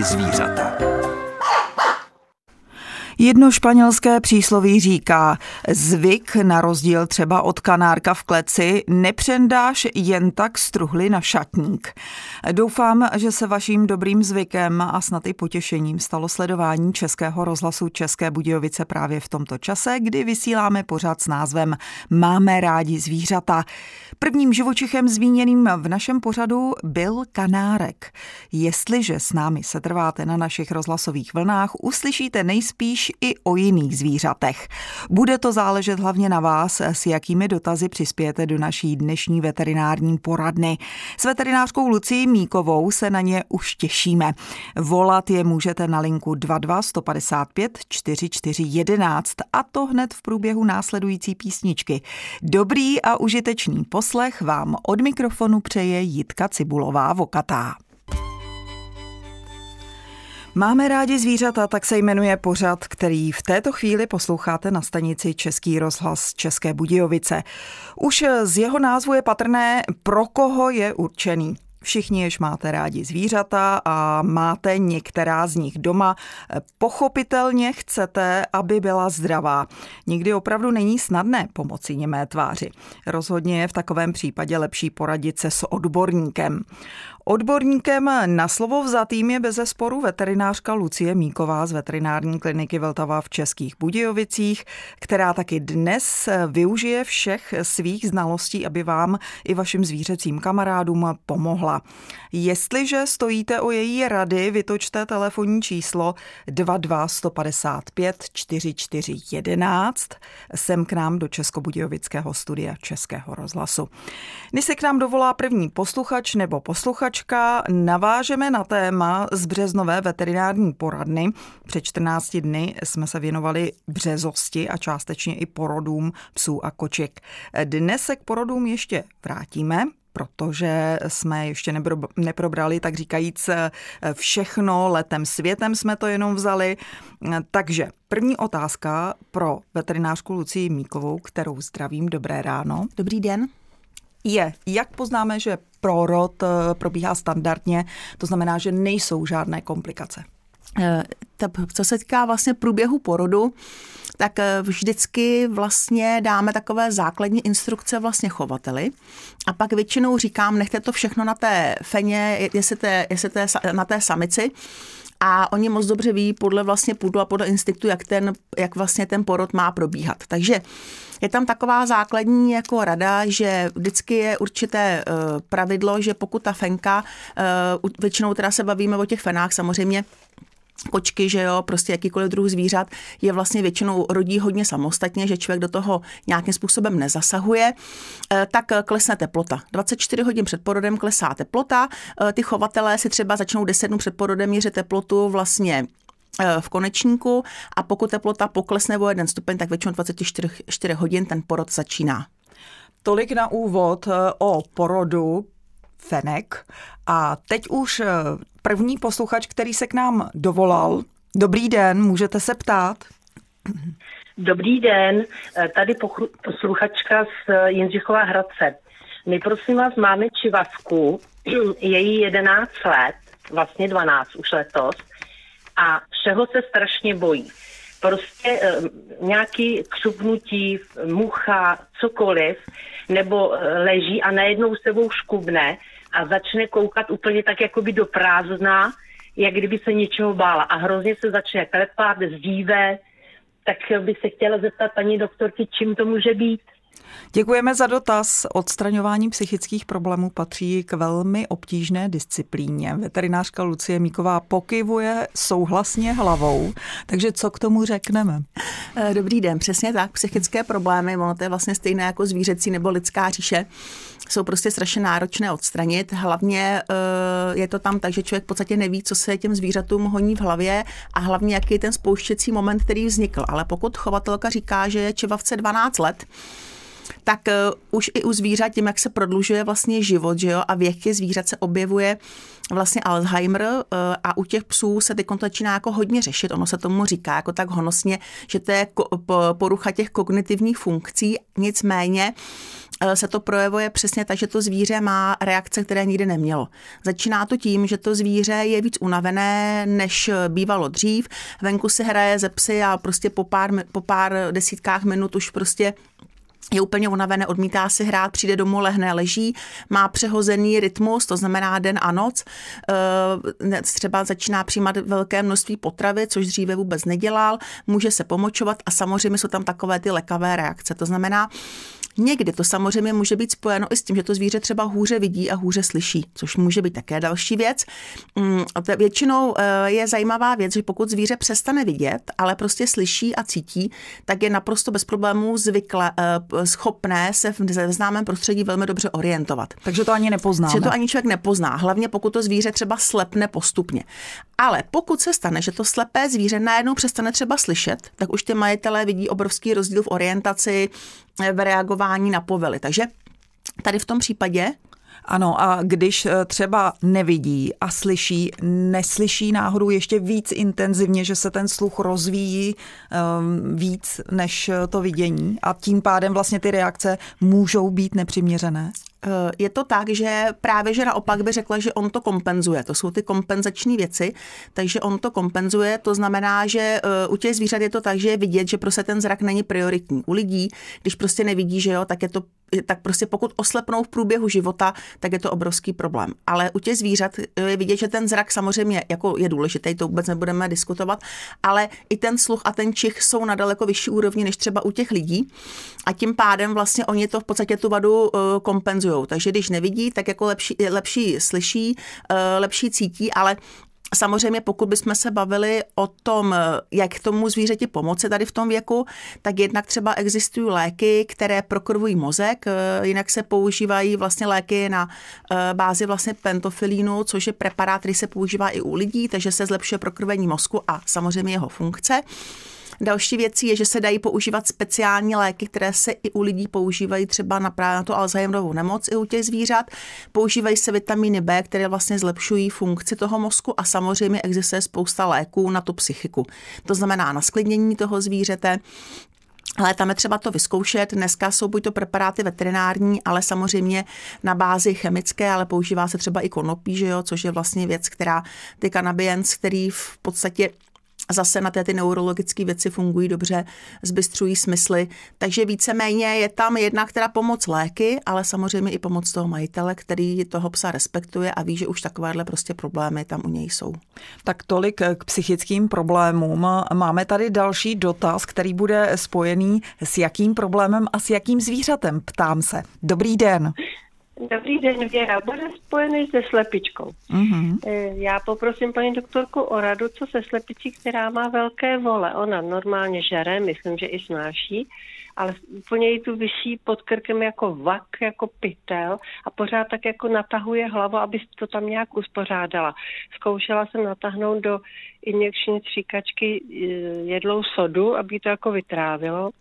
rádi zvířata. Jedno španělské přísloví říká: zvyk, na rozdíl třeba od kanárka v kleci, nepřendáš jen tak z truhly na šatník. Doufám, že se vaším dobrým zvykem a snad i potěšením stalo sledování Českého rozhlasu České Budějovice právě v tomto čase, kdy vysíláme pořad s názvem Máme rádi zvířata. Prvním živočichem zmíněným v našem pořadu byl kanárek. Jestliže s námi setrváte na našich rozhlasových vlnách, uslyšíte nejspíš i o jiných zvířatech. Bude to záležet hlavně na vás, s jakými dotazy přispějete do naší dnešní veterinární poradny. S veterinářkou Lucií Míkovou se na ně už těšíme. Volat je můžete na linku 22 155 44 11 a to hned v průběhu následující písničky. Dobrý a užitečný poslech vám od mikrofonu přeje Jitka Cibulová-Vokatá. Máme rádi zvířata, tak se jmenuje pořad, který v této chvíli posloucháte na stanici Český rozhlas České Budějovice. Už z jeho názvu je patrné, pro koho je určený. Všichni, jež máte rádi zvířata a máte některá z nich doma, pochopitelně chcete, aby byla zdravá. Nikdy opravdu není snadné pomoci němé tváři. Rozhodně je v takovém případě lepší poradit se s odborníkem. Odborníkem na slovo vzatým je bezesporu veterinářka Lucie Míková z veterinární kliniky Vltava v Českých Budějovicích, která taky dnes využije všech svých znalostí, aby vám i vašim zvířecím kamarádům pomohla. Jestliže stojíte o její rady, vytočte telefonní číslo 22 155 44 11 sem k nám do Českobudějovického studia Českého rozhlasu. Než se k nám dovolá první posluchač nebo posluchačka, navážeme na téma z březnové veterinární poradny. Před 14 dny jsme se věnovali březosti a částečně i porodům psů a koček. Dnes se k porodům ještě vrátíme, protože jsme ještě neprobrali, tak říkajíc, všechno letem světem jsme to jenom vzali. Takže první otázka pro veterinářku Lucii Míkovou, kterou zdravím. Dobré ráno. Dobrý den. Je, jak poznáme, že porod probíhá standardně, to znamená, že nejsou žádné komplikace? Co se týká vlastně průběhu porodu, tak vždycky vlastně dáme takové základní instrukce vlastně chovateli a pak většinou říkám, nechte to všechno na té feně, jestli na té samici. A oni moc dobře ví podle vlastně půdu a podle instinktu, jak vlastně ten porod má probíhat. Takže je tam taková základní jako rada, že vždycky je určité pravidlo, že pokud ta fenka, většinou teda se bavíme o těch fenách samozřejmě, kočky, že jo, prostě jakýkoliv druh zvířat je vlastně většinou rodí hodně samostatně, že člověk do toho nějakým způsobem nezasahuje, tak klesne teplota. 24 hodin před porodem klesá teplota, ty chovatelé si třeba začnou 10 dnů před porodem měřit teplotu vlastně v konečníku a pokud teplota poklesne o 1 stupeň, tak většinou 24 hodin ten porod začíná. Tolik na úvod o porodu fenek a teď už první posluchač, který se k nám dovolal. Dobrý den, můžete se ptát. Dobrý den, tady posluchačka z Jindřichova Hradce. My prosím vás máme čivavku, je jí 11 let, vlastně 12 už letos a všeho se strašně bojí. Prostě nějaký křupnutí, mucha, cokoliv, nebo leží a najednou sebou škubne a začne koukat úplně tak jakoby do prázdna, jak kdyby se něčeho bála a hrozně se začne klepat, zdíve, tak bych se chtěla zeptat paní doktorky, čím to může být. Děkujeme za dotaz. Odstraňování psychických problémů patří k velmi obtížné disciplíně. Veterinářka Lucie Míková pokyvuje souhlasně hlavou, takže co k tomu řekneme? Dobrý den, přesně tak. Psychické problémy, ono to je vlastně stejné jako zvířecí nebo lidská říše, jsou prostě strašně náročné odstranit. Hlavně je to tam tak, že člověk v podstatě neví, co se těm zvířatům honí v hlavě a hlavně jaký je ten spouštěcí moment, který vznikl. Ale pokud chovatelka říká, že je čivavce 12 let, tak už i u zvířat tím, jak se prodlužuje vlastně život, že jo, a věk těch zvířat se objevuje vlastně Alzheimer a u těch psů se teď to začíná jako hodně řešit. Ono se tomu říká jako tak honosně, že to je porucha těch kognitivních funkcí, nicméně se to projevuje přesně tak, že to zvíře má reakce, které nikdy nemělo. Začíná to tím, že to zvíře je víc unavené, než bývalo dřív. Venku si hraje ze psy a prostě po pár desítkách minut už prostě je úplně unavené, odmítá si hrát, přijde domů, lehne, leží, má přehozený rytmus, to znamená den a noc, třeba začíná přijímat velké množství potravy, což dříve vůbec nedělal, může se pomočovat a samozřejmě jsou tam takové ty lékavé reakce. To znamená, někdy to samozřejmě může být spojeno i s tím, že to zvíře třeba hůře vidí a hůře slyší, což může být také další věc. Většinou je zajímavá věc, že pokud zvíře přestane vidět, ale prostě slyší a cítí, tak je naprosto bez problémů schopné se v známém prostředí velmi dobře orientovat. Takže to ani nepoznáme. Že to ani člověk nepozná, hlavně pokud to zvíře třeba slepne postupně. Ale pokud se stane, že to slepé zvíře najednou přestane třeba slyšet, tak už ty majitelé vidí obrovský rozdíl v orientaci, v reagování na povely. Takže tady v tom případě... Ano, a když třeba nevidí a slyší, neslyší náhodou ještě víc intenzivně, že se ten sluch rozvíjí víc než to vidění a tím pádem vlastně ty reakce můžou být nepřiměřené? Je to tak, že právě že naopak by řekla, že on to kompenzuje. To jsou ty kompenzační věci, takže on to kompenzuje. To znamená, že u těch zvířat je to tak, že je vidět, že prostě ten zrak není prioritní. U lidí, když prostě nevidí, že jo, tak prostě pokud oslepnou v průběhu života, tak je to obrovský problém. Ale u těch zvířat je vidět, že ten zrak samozřejmě jako je důležitý, to vůbec nebudeme diskutovat, ale i ten sluch a ten čich jsou na daleko vyšší úrovni než třeba u těch lidí a tím pádem vlastně oni to v podstatě tu vadu kompenzují. Takže když nevidí, tak jako lepší slyší, lepší cítí, ale samozřejmě pokud bychom se bavili o tom, jak tomu zvířeti pomoci tady v tom věku, tak jednak třeba existují léky, které prokrvují mozek, jinak se používají vlastně léky na bázi vlastně pentofilínu, což je preparát, který se používá i u lidí, takže se zlepšuje prokrvení mozku a samozřejmě jeho funkce. Další věcí je, že se dají používat speciální léky, které se i u lidí používají třeba právě na tu Alzheimerovou nemoc i u těch zvířat. Používají se vitamíny B, které vlastně zlepšují funkci toho mozku a samozřejmě existuje spousta léků na tu psychiku. To znamená na sklidnění toho zvířete. Ale tam je třeba to vyzkoušet. Dneska jsou buď to preparáty veterinární, ale samozřejmě na bázi chemické, ale používá se třeba i konopí, že jo, což je vlastně věc, která ty cannabinoids, který v podstatě zase na ty neurologické věci fungují dobře, zbystřují smysly. Takže víceméně je tam jedna, která pomoc léky, ale samozřejmě i pomoc toho majitele, který toho psa respektuje a ví, že už takovéhle prostě problémy tam u něj jsou. Tak tolik k psychickým problémům. Máme tady další dotaz, který bude spojený s jakým problémem a s jakým zvířatem, ptám se. Dobrý den. Dobrý den, Věra. Bude spojený se slepičkou. Mm-hmm. Já poprosím paní doktorku o radu, co se slepičí, která má velké vole. Ona normálně žere, myslím, že i snáší, ale úplně jí tu visí pod krkem jako vak, jako pytel a pořád tak jako natahuje hlavu, aby to tam nějak uspořádala. Zkoušela jsem natáhnout do injekční stříkačky jedlou sodu, aby to jako vytrávilo.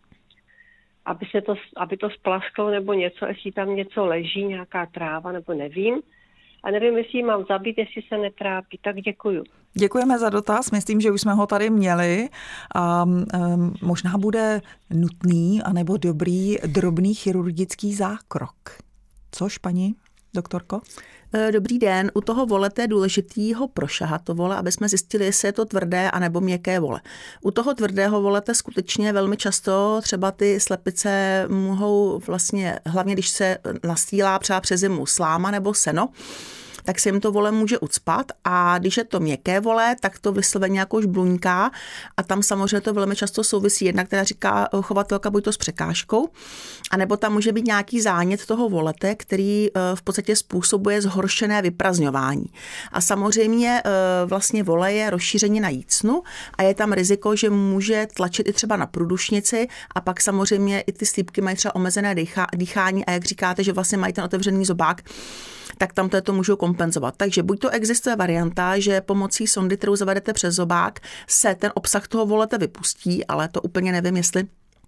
Aby to splasklo nebo něco, jestli tam něco leží, nějaká tráva, nebo nevím. A nevím, jestli ji mám zabít, jestli se netrápí. Tak děkuju. Děkujeme za dotaz. Myslím, že už jsme ho tady měli. A možná bude nutný anebo dobrý drobný chirurgický zákrok. Což, paní doktorko? Dobrý den. U toho volete je důležitý ho prošahat to vole, aby jsme zjistili, jestli je to tvrdé anebo měkké vole. U toho tvrdého volete skutečně velmi často třeba ty slepice mohou vlastně, hlavně když se nastýlá třeba přes zimu sláma nebo seno, tak se jim to vole může ucpat a když je to měkké vole, tak to vysloveně jako žbluňká a tam samozřejmě to velmi často souvisí jedna, která říká chovatelka buď to s překážkou, anebo tam může být nějaký zánět toho volete, který v podstatě způsobuje zhoršené vyprazňování. A samozřejmě vlastně vole je rozšíření na jícnu a je tam riziko, že může tlačit i třeba na průdušnici a pak samozřejmě i ty slípky mají třeba omezené dýchání a jak říkáte, že vlastně mají ten otevřený zobák, tak tam to můžou kompenzovat. Takže buď to existuje varianta, že pomocí sondy, kterou zavedete přes zobák, se ten obsah toho volete vypustí, ale to úplně nevím, jestli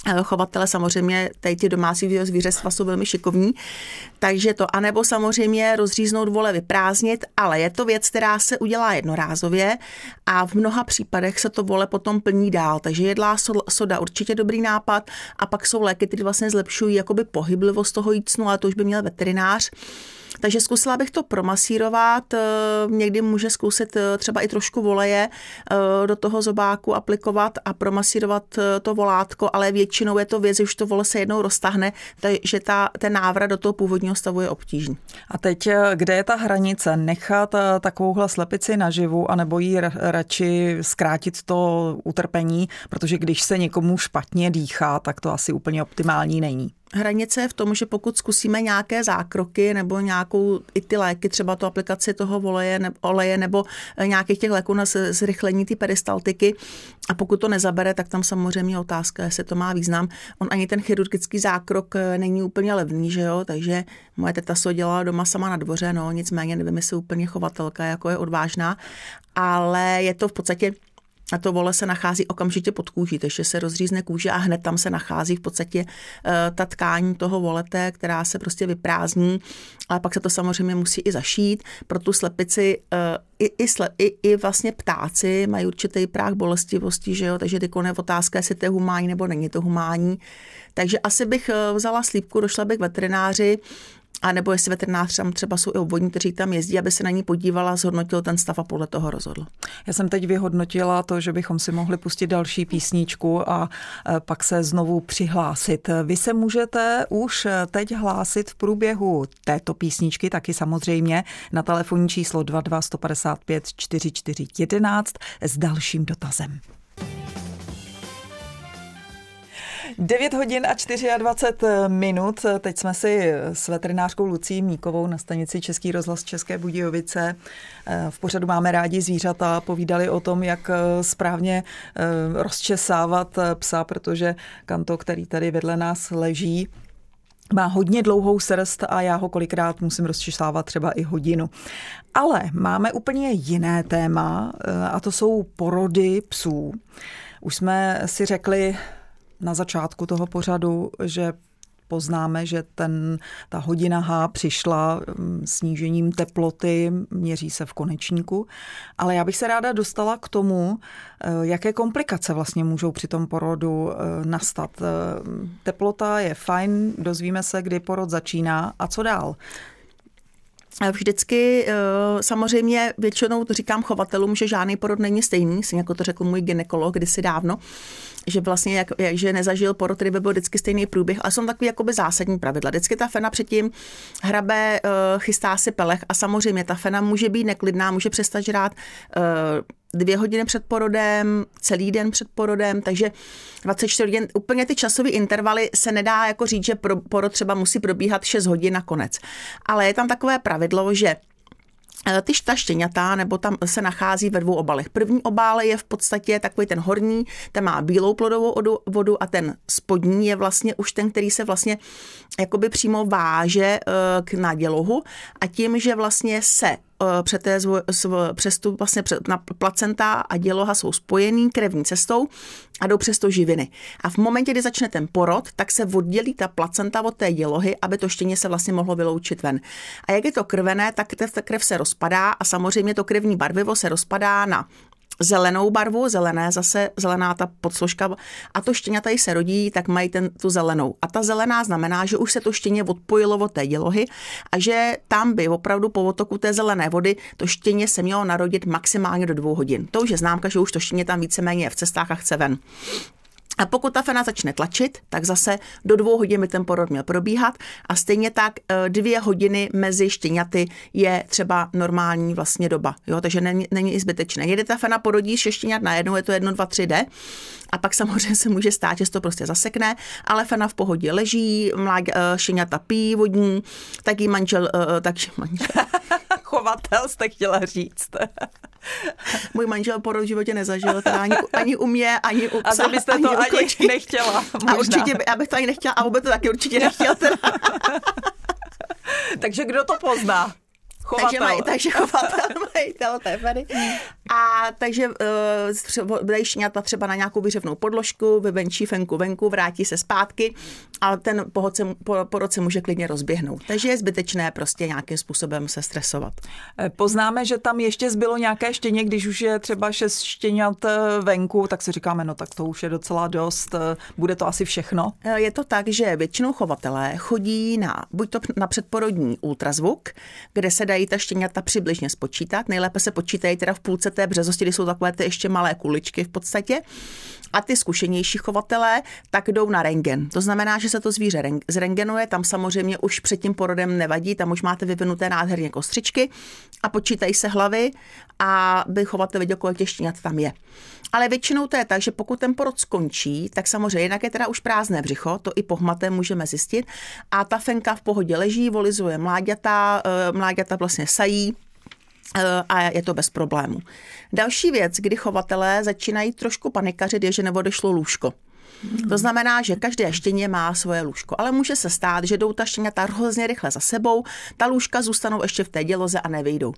chovatele samozřejmě, tady ty domácí zvířectva jsou velmi šikovní, takže to, anebo samozřejmě rozříznout vole, vyprázdnit, ale je to věc, která se udělá jednorázově a v mnoha případech se to vole potom plní dál, takže jedlá soda určitě dobrý nápad a pak jsou léky, které vlastně zlepšují jakoby pohyblivost toho jícnu, ale to už by měl veterinář. Takže zkusila bych to promasírovat, někdy může zkusit třeba i trošku voleje do toho zobáku aplikovat a promasírovat to volátko, ale většinou je to věc, že už to vole se jednou roztáhne, takže ten návrat do toho původního stavu je obtížný. A teď, kde je ta hranice? Nechat takovouhle slepici naživu, anebo jí radši zkrátit to utrpení, protože když se někomu špatně dýchá, tak to asi úplně optimální není. Hranice je v tom, že pokud zkusíme nějaké zákroky nebo nějakou i ty léky, třeba tu aplikaci toho oleje nebo nějakých těch léků na zrychlení ty peristaltiky a pokud to nezabere, tak tam samozřejmě otázka, jestli to má význam. On ani ten chirurgický zákrok není úplně levný, že jo, takže moje teta se dělala doma sama na dvoře, no nicméně nevím, jestli úplně chovatelka jako je odvážná, ale je to v podstatě a to vole se nachází okamžitě pod kůží, takže se rozřízne kůže a hned tam se nachází v podstatě ta tkání toho volete, která se prostě vyprázdní, ale pak se to samozřejmě musí i zašít. Pro tu slepici i vlastně ptáci mají určitý práh bolestivosti, že jo, takže ty je otázka, jestli to je humánní nebo není to humánní. Takže asi bych vzala slípku, došla bych k veterináři, a nebo jestli veterináři tam třeba jsou i obvodní, kteří tam jezdí, aby se na ní podívala, zhodnotil ten stav a podle toho rozhodl. Já jsem teď vyhodnotila to, že bychom si mohli pustit další písničku a pak se znovu přihlásit. Vy se můžete už teď hlásit v průběhu této písničky, taky samozřejmě na telefonní číslo 22 155 44 11 s dalším dotazem. 9 hodin a 24 minut. Teď jsme si s veterinářkou Lucí Míkovou na stanici Český rozhlas České Budějovice v pořadu Máme rádi zvířata povídali o tom, jak správně rozčesávat psa, protože Kanto, který tady vedle nás leží, má hodně dlouhou srst a já ho kolikrát musím rozčesávat třeba i hodinu. Ale máme úplně jiné téma a to jsou porody psů. Už jsme si řekli na začátku toho pořadu, že poznáme, že ta hodina H přišla snížením teploty, měří se v konečníku, ale já bych se ráda dostala k tomu, jaké komplikace vlastně můžou při tom porodu nastat. Teplota je fajn, dozvíme se, kdy porod začíná a co dál. Vždycky samozřejmě většinou to říkám chovatelům, že žádný porod není stejný, jako to řekl můj gynekolog kdysi dávno, že vlastně že nezažil porod, který by byl vždycky stejný průběh, ale jsou takový jakoby zásadní pravidla. Vždycky ta fena předtím hrabe, chystá si pelech a samozřejmě ta fena může být neklidná, může přestat žrát 2 hodiny před porodem, celý den před porodem, takže 24 hodin, úplně ty časové intervaly se nedá jako říct, že porod třeba musí probíhat 6 hodin na konec. Ale je tam takové pravidlo, že ta štěňata, nebo tam se nachází ve 2 obalech. První obál je v podstatě takový ten horní, ten má bílou plodovou vodu a ten spodní je vlastně už ten, který se vlastně jakoby přímo váže na dělohu a tím, že vlastně se přes tu vlastně na placenta a děloha jsou spojený krevní cestou a jdou přes to živiny. A v momentě, kdy začne ten porod, tak se oddělí ta placenta od té dělohy, aby to štěně se vlastně mohlo vyloučit ven. A jak je to krvené, tak ta krev se rozpadá a samozřejmě to krevní barvivo se rozpadá na zelenou barvu, zelená ta podsložka a to štěňa tady se rodí, tak mají tu zelenou. A ta zelená znamená, že už se to štěně odpojilo od té dělohy a že tam by opravdu po otoku té zelené vody to štěně se mělo narodit maximálně do 2 hodin. To už je známka, že už to štěně tam víceméně je v cestách a chce ven. A pokud ta fena začne tlačit, tak zase do 2 hodin by ten porod měl probíhat a stejně tak 2 hodiny mezi štěňaty je třeba normální vlastně doba. Jo? Takže není i zbytečné. Jede ta fena, porodí 6 štěňat najednou, je to 1, 2, 3 jde a pak samozřejmě se může stát, že se to prostě zasekne, ale fena v pohodě leží, štěňata pijí vodní, taky manžel. Chovatel jste chtěla říct. Můj manžel porod v životě nezažil, teda ani u mě, ani u psa. A byste to ani nechtěla. A určitě, já bych to ani nechtěla a vůbec to taky určitě nechtěla. Teda. Takže kdo to pozná? Takže chovatel majitel té feny. A takže dají štěňata třeba na nějakou vyřevnou podložku, vyvenčí fenku venku, vrátí se zpátky a ten porod se může klidně rozběhnout. Takže je zbytečné prostě nějakým způsobem se stresovat. Poznáme, že tam ještě zbylo nějaké štěně, když už je třeba 6 štěňat venku, tak si říkáme, no tak to už je docela dost, bude to asi všechno? Je to tak, že většinou chovatelé chodí buď to na předporodní ultrazvuk, kde se dají ta štěňata přibližně spočítat. Nejlépe se počítají teda v půlce té březosti, kdy jsou takové ty ještě malé kuličky v podstatě. A ty zkušenější chovatelé tak jdou na rentgen. To znamená, že se to zvíře zrentgenuje, tam samozřejmě už před tím porodem nevadí, tam už máte vyvinuté nádherně kostřičky a počítají se hlavy, a by chovatel viděl, kolik těch štěňat tam je. Ale většinou to je tak, že pokud ten porod skončí, tak samozřejmě jednak je teda už prázdné břicho, to i pohmatem můžeme zjistit, a ta fenka v pohodě leží, volizuje mláďata vlastně sají, a je to bez problému. Další věc, kdy chovatelé začínají trošku panikařit, je, že neodešlo lůžko. To znamená, že každé štěně má svoje lůžko, ale může se stát, že jdou ta štěňata hrozně rychle za sebou, ta lůžka zůstanou ještě v té děloze a nevyjdou.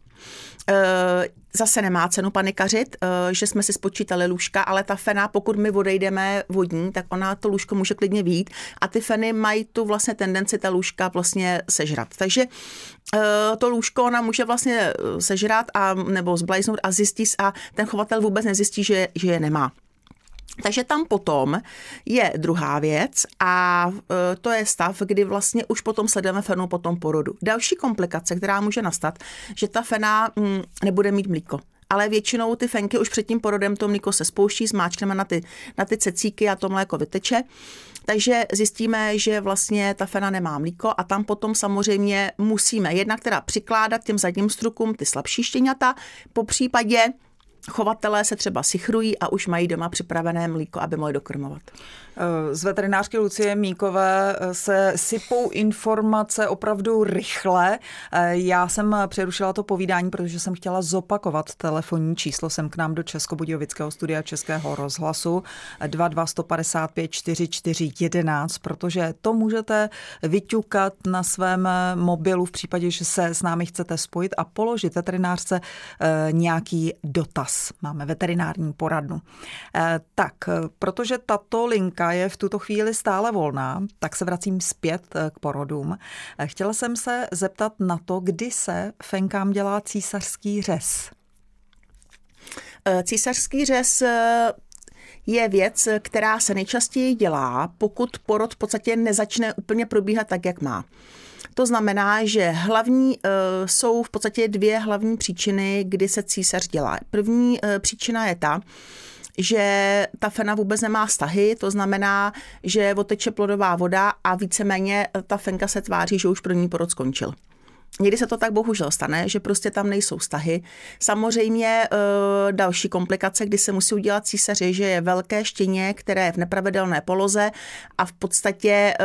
Zase nemá cenu panikařit, že jsme si spočítali lůžka, ale ta fena, pokud my odejdeme vodní, tak ona to lůžko může klidně vyjít a ty feny mají tu vlastně tendenci ta lůžka vlastně sežrat. Takže to lůžko ona může vlastně sežrat nebo zblajznout a zjistí, a ten chovatel vůbec nezjistí, že je nemá. Takže tam potom je druhá věc a to je stav, kdy vlastně už potom sledujeme fenu po tom porodu. Další komplikace, která může nastat, že ta fena nebude mít mlíko. Ale většinou ty fenky už před tím porodem to mlíko se spouští, zmáčkneme na ty cecíky a to mléko vyteče. Takže zjistíme, že vlastně ta fena nemá mlíko a tam potom samozřejmě musíme jednak teda přikládat těm zadním strukům ty slabší štěňata, popřípadě chovatelé se třeba sichrují a už mají doma připravené mlíko, aby mohli dokrmovat. Z veterinářky Lucie Míkové se sypou informace opravdu rychle. Já jsem přerušila to povídání, protože jsem chtěla zopakovat telefonní číslo sem k nám do Českobudějovického studia Českého rozhlasu 22 155 44 11, protože to můžete vyťukat na svém mobilu v případě, že se s námi chcete spojit a položit veterinářce nějaký dotaz. Máme veterinární poradnu. Tak, protože tato linka je v tuto chvíli stále volná, tak se vracím zpět k porodům. Chtěla jsem se zeptat na to, kdy se fenkám dělá císařský řez. Císařský řez je věc, která se nejčastěji dělá, pokud porod v podstatě nezačne úplně probíhat tak, jak má. To znamená, že jsou v podstatě dvě hlavní příčiny, kdy se císař dělá. První příčina je ta, že ta fena vůbec nemá stahy, to znamená, že oteče plodová voda a víceméně ta fenka se tváří, že už první porod skončil. Někdy se to tak bohužel stane, že prostě tam nejsou stahy. Samozřejmě další komplikace, kdy se musí udělat císař, je, že je velké štěně, které je v nepravidelné poloze a v podstatě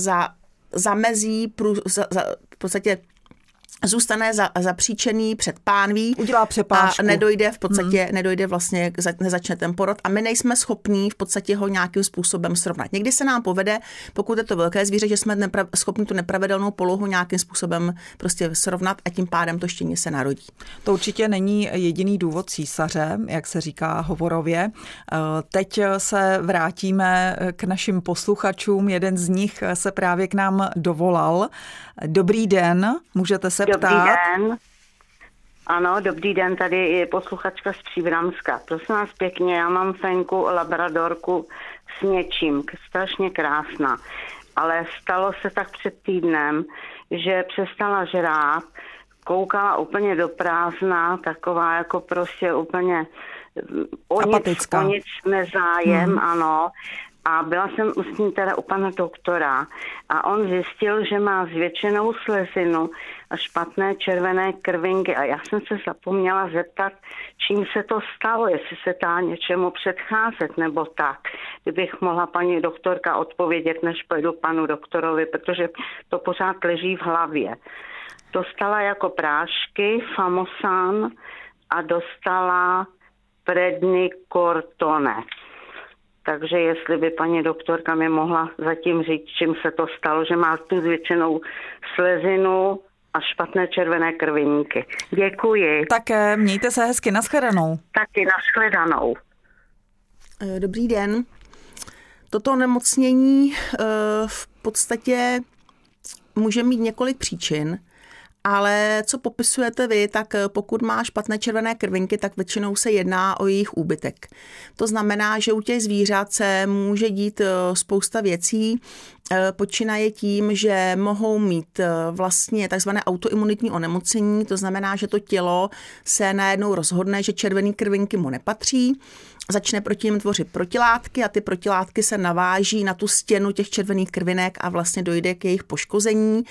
zamezí, v podstatě zůstane zapříčený před pánví. Udělá přepážku. A nedojde vlastně, nezačne ten porod a my nejsme schopní v podstatě ho nějakým způsobem srovnat. Někdy se nám povede, pokud je to velké zvíře, že jsme schopni tu nepravidelnou polohu nějakým způsobem prostě srovnat a tím pádem to štěně se narodí. To určitě není jediný důvod císaře, jak se říká hovorově. Teď se vrátíme k našim posluchačům. Jeden z nich se právě k nám dovolal. Dobrý den, můžete se ptát. Dobrý den. Ano, dobrý den, tady je posluchačka z Příbramska. Prosím vás pěkně, já mám fenku labradorku s něčím, strašně krásná. Ale stalo se tak před týdnem, že přestala žrát, koukala úplně do prázdna, taková jako prostě úplně o nic nezájem, ano. A byla jsem s ní teda u pana doktora a on zjistil, že má zvětšenou slezinu a špatné červené krvinky. A já jsem se zapomněla zeptat, čím se to stalo, jestli se dá něčemu předcházet nebo tak. Kdybych mohla paní doktorka odpovědět, než pojdu panu doktorovi, protože to pořád leží v hlavě. Dostala jako prášky Famosan a dostala Prednikortone. Takže jestli by paní doktorka mi mohla zatím říct, čím se to stalo, že má tu zvětšenou slezinu a špatné červené krviníky. Děkuji. Tak mějte se hezky, nashledanou. Taky nashledanou. Dobrý den. Toto onemocnění v podstatě může mít několik příčin, ale co popisujete vy, tak pokud má špatné červené krvinky, tak většinou se jedná o jejich úbytek. To znamená, že u těch zvířat se může dít spousta věcí, počínaje tím, že mohou mít vlastně takzvané autoimunitní onemocnění, to znamená, že to tělo se najednou rozhodne, že červené krvinky mu nepatří, začne proti nim tvořit protilátky a ty protilátky se naváží na tu stěnu těch červených krvinek a vlastně dojde k jejich poškození.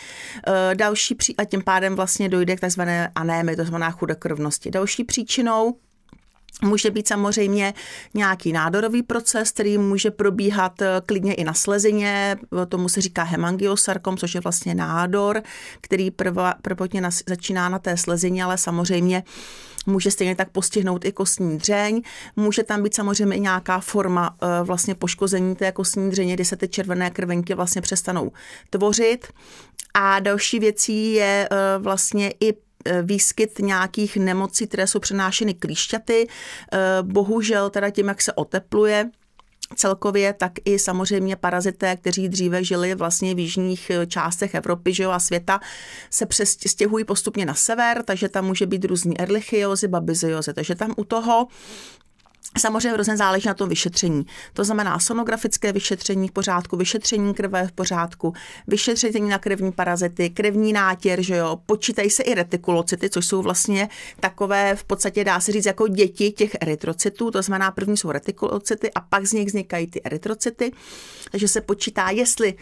A tím pádem vlastně dojde k takzvané anémii, to znamená chudokrvnosti. Další příčinou může být samozřejmě nějaký nádorový proces, který může probíhat klidně i na slezině, tomu se říká hemangiosarkom, což je vlastně nádor, který prvotně začíná na té slezině, ale samozřejmě může stejně tak postihnout i kostní dřeň. Může tam být samozřejmě i nějaká forma vlastně poškození té kostní dřeně, kdy se ty červené krvinky vlastně přestanou tvořit. A další věcí je vlastně i výskyt nějakých nemocí, které jsou přenášeny klíšťaty. Bohužel teda tím, jak se otepluje celkově, tak i samozřejmě parazité, kteří dříve žili vlastně v jižních částech Evropy, že jo, a světa, se přestěhují postupně na sever, takže tam může být různý erlichiozy, babiziozy, takže tam u toho samozřejmě hrozně záleží na tom vyšetření. To znamená sonografické vyšetření v pořádku, vyšetření krve v pořádku, vyšetření na krevní parazity, krevní nátěr, že jo, počítají se i retikulocyty, což jsou vlastně takové, v podstatě dá se říct, jako děti těch erytrocytů, to znamená první jsou retikulocyty a pak z nich vznikají ty erytrocyty. Takže se počítá, jestli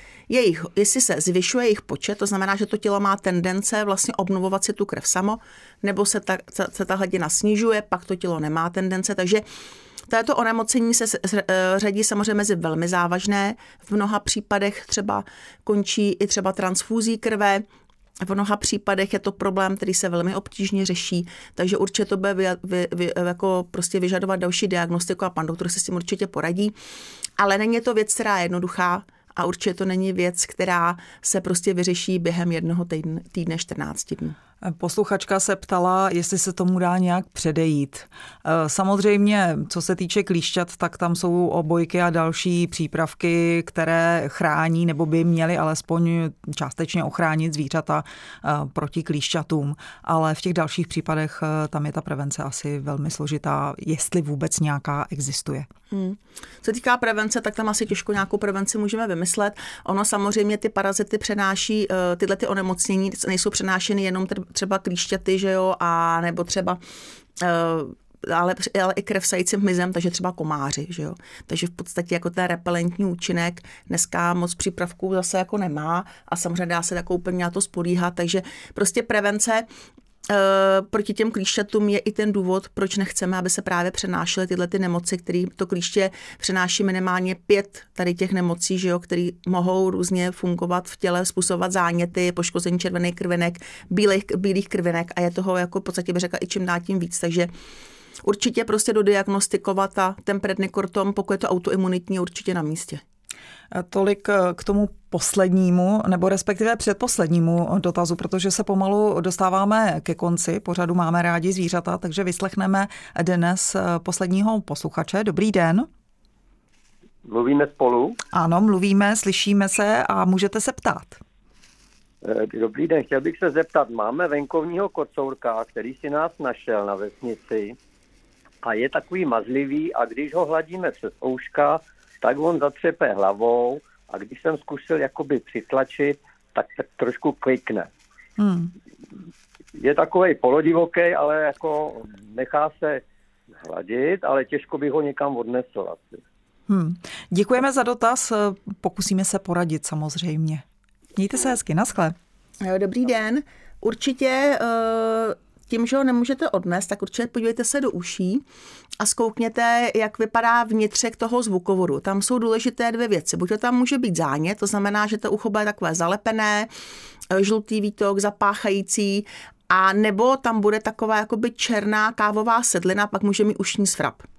se zvyšuje jejich počet, to znamená, že to tělo má tendence vlastně obnovovat si tu krev samo, nebo se ta hladina snižuje, pak to tělo nemá tendence, takže Tato onemocnění se řadí samozřejmě mezi velmi závažné. V mnoha případech třeba končí i třeba transfúzí krve. V mnoha případech je to problém, který se velmi obtížně řeší, takže určitě to bude jako prostě vyžadovat další diagnostiku a pan doktor se s tím určitě poradí. Ale není to věc, která je jednoduchá a určitě to není věc, která se prostě vyřeší během jednoho týdne 14 dní. Posluchačka se ptala, jestli se tomu dá nějak předejít. Samozřejmě, co se týče klíšťat, tak tam jsou obojky a další přípravky, které chrání nebo by měly alespoň částečně ochránit zvířata proti klíšťatům. Ale v těch dalších případech tam je ta prevence asi velmi složitá, jestli vůbec nějaká existuje. Co se týká prevence, tak tam asi těžko nějakou prevenci můžeme vymyslet. Ono samozřejmě ty parazity přenáší, tyhle ty onemocnění nejsou přenášeny jenom třeba klíšťaty, že jo, a nebo třeba ale i krev sajícím hmyzem, takže třeba komáři, že jo. Takže v podstatě jako ten repelentní účinek dneska moc přípravků zase jako nemá a samozřejmě dá se jako úplně na to spolíhat, takže prostě prevence proti těm klíšťatům je i ten důvod, proč nechceme, aby se právě přenášely tyhle ty nemoci, které to klíště přenáší minimálně 5 tady těch nemocí, že jo, které mohou různě fungovat v těle, způsobovat záněty, poškození červených krvinek, bílých krvinek a je toho jako v podstatě bych řekla i čím dál tím víc, takže určitě prostě dodiagnostikovat a ten prednikortom, pokud je to autoimunitní, určitě na místě. Tolik k tomu poslednímu, nebo respektive předposlednímu dotazu, protože se pomalu dostáváme ke konci. Pořadu Máme rádi zvířata, takže vyslechneme dnes posledního posluchače. Dobrý den. Mluvíme spolu? Ano, mluvíme, slyšíme se a můžete se ptát. Dobrý den, chtěl bych se zeptat, máme venkovního kocourka, který si nás našel na vesnici a je takový mazlivý a když ho hladíme přes ouška, tak on zatřepe hlavou a když jsem zkusil jakoby přitlačit, tak trošku klikne. Je takovej polodivokej, ale jako nechá se hladit, ale těžko bych ho někam odnesl asi. Děkujeme za dotaz, pokusíme se poradit samozřejmě. Mějte se hezky, naschle. Dobrý den. Určitě tím, že ho nemůžete odnést, tak určitě podívejte se do uší a zkoukněte, jak vypadá vnitřek toho zvukovodu. Tam jsou důležité 2 věci. Buď to tam může být zánět, to znamená, že to ucho bude takové zalepené, žlutý výtok, zapáchající, a nebo tam bude taková jakoby černá kávová sedlina, pak může mít ušní svrap.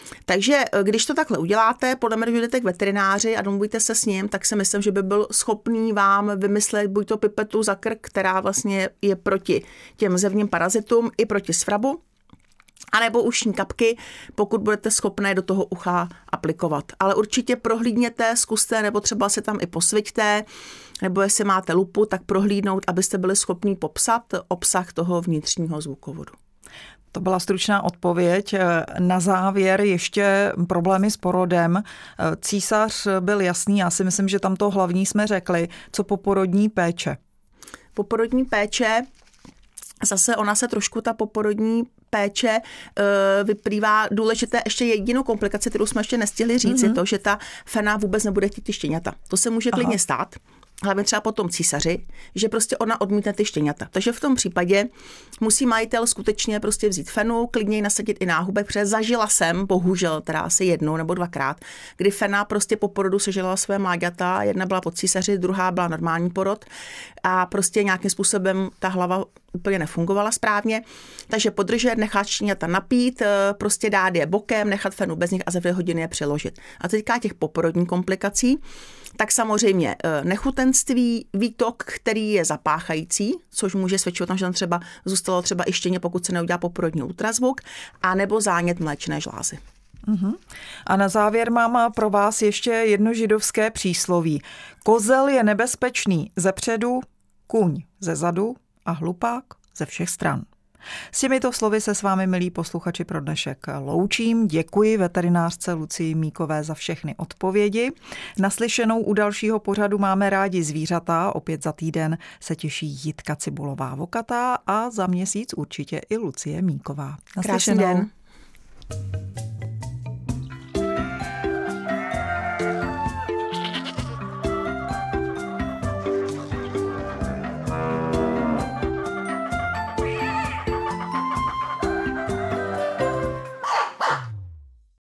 Takže když to takhle uděláte, podle mě, jdete k veterináři a domluvíte se s ním, tak si myslím, že by byl schopný vám vymyslet buď to pipetu za krk, která vlastně je proti těm zevním parazitům i proti svrabu, anebo ušní kapky, pokud budete schopné do toho ucha aplikovat. Ale určitě prohlídněte, zkuste, nebo třeba se tam i posviťte, nebo jestli máte lupu, tak prohlídnout, abyste byli schopní popsat obsah toho vnitřního zvukovodu. To byla stručná odpověď. Na závěr ještě problémy s porodem. Císař byl jasný, já si myslím, že tam to hlavní jsme řekli. Co poporodní péče? Poporodní péče, zase ona se trošku ta poporodní péče vyplývá důležité ještě jedinou komplikaci, kterou jsme ještě nestihli říct, je to, že ta fena vůbec nebude chtít ty štěňata. To se může klidně stát. Hlavně třeba po tom císaři, že prostě ona odmítne ty štěňata. Takže v tom případě musí majitel skutečně prostě vzít fenu, klidně ji nasadit i náhubek, protože zažila jsem, bohužel teda asi jednou nebo dvakrát, kdy fena prostě po porodu sežrala své mláďata, jedna byla po císaři, druhá byla normální porod a prostě nějakým způsobem ta hlava úplně nefungovala správně. Takže podržet, nechat štěňata napít, prostě dát je bokem, nechat fenu bez nich a za 2 hodiny je přeložit. A teďka těch poporodních komplikací, tak samozřejmě nechutenství, výtok, který je zapáchající, což může svědčit o tom, že tam třeba zůstalo třeba i štěně, pokud se neudělá poporodní ultrazvuk, a nebo zánět mléčné žlázy. A na závěr mám pro vás ještě jedno židovské přísloví. Kozel je nebezpečný zepředu, kůň ze zadu a hlupák ze všech stran. S těmito slovy se s vámi, milí posluchači, pro dnešek loučím. Děkuji veterinářce Lucii Míkové za všechny odpovědi. Naslyšenou u dalšího pořadu Máme rádi zvířata. Opět za týden se těší Jitka Cibulová-Vokatá a za měsíc určitě i Lucie Míková. Naslyšenou. Krásný den.